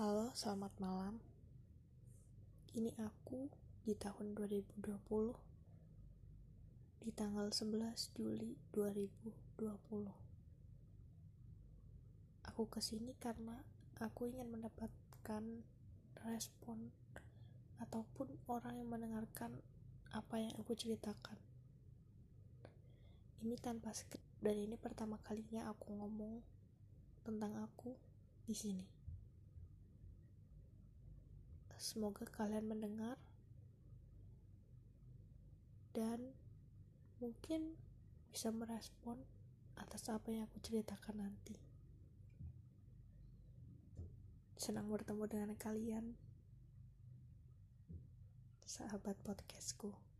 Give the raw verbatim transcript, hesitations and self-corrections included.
Halo, selamat malam. Ini aku di tahun dua ribu dua puluh, di tanggal sebelas Juli dua ribu dua puluh. Aku kesini karena aku ingin mendapatkan respon ataupun orang yang mendengarkan apa yang aku ceritakan. Ini tanpa skrip dan ini pertama kalinya aku ngomong tentang aku di sini. Semoga kalian mendengar dan mungkin bisa merespon atas apa yang aku ceritakan nanti. Senang bertemu dengan kalian, sahabat podcastku.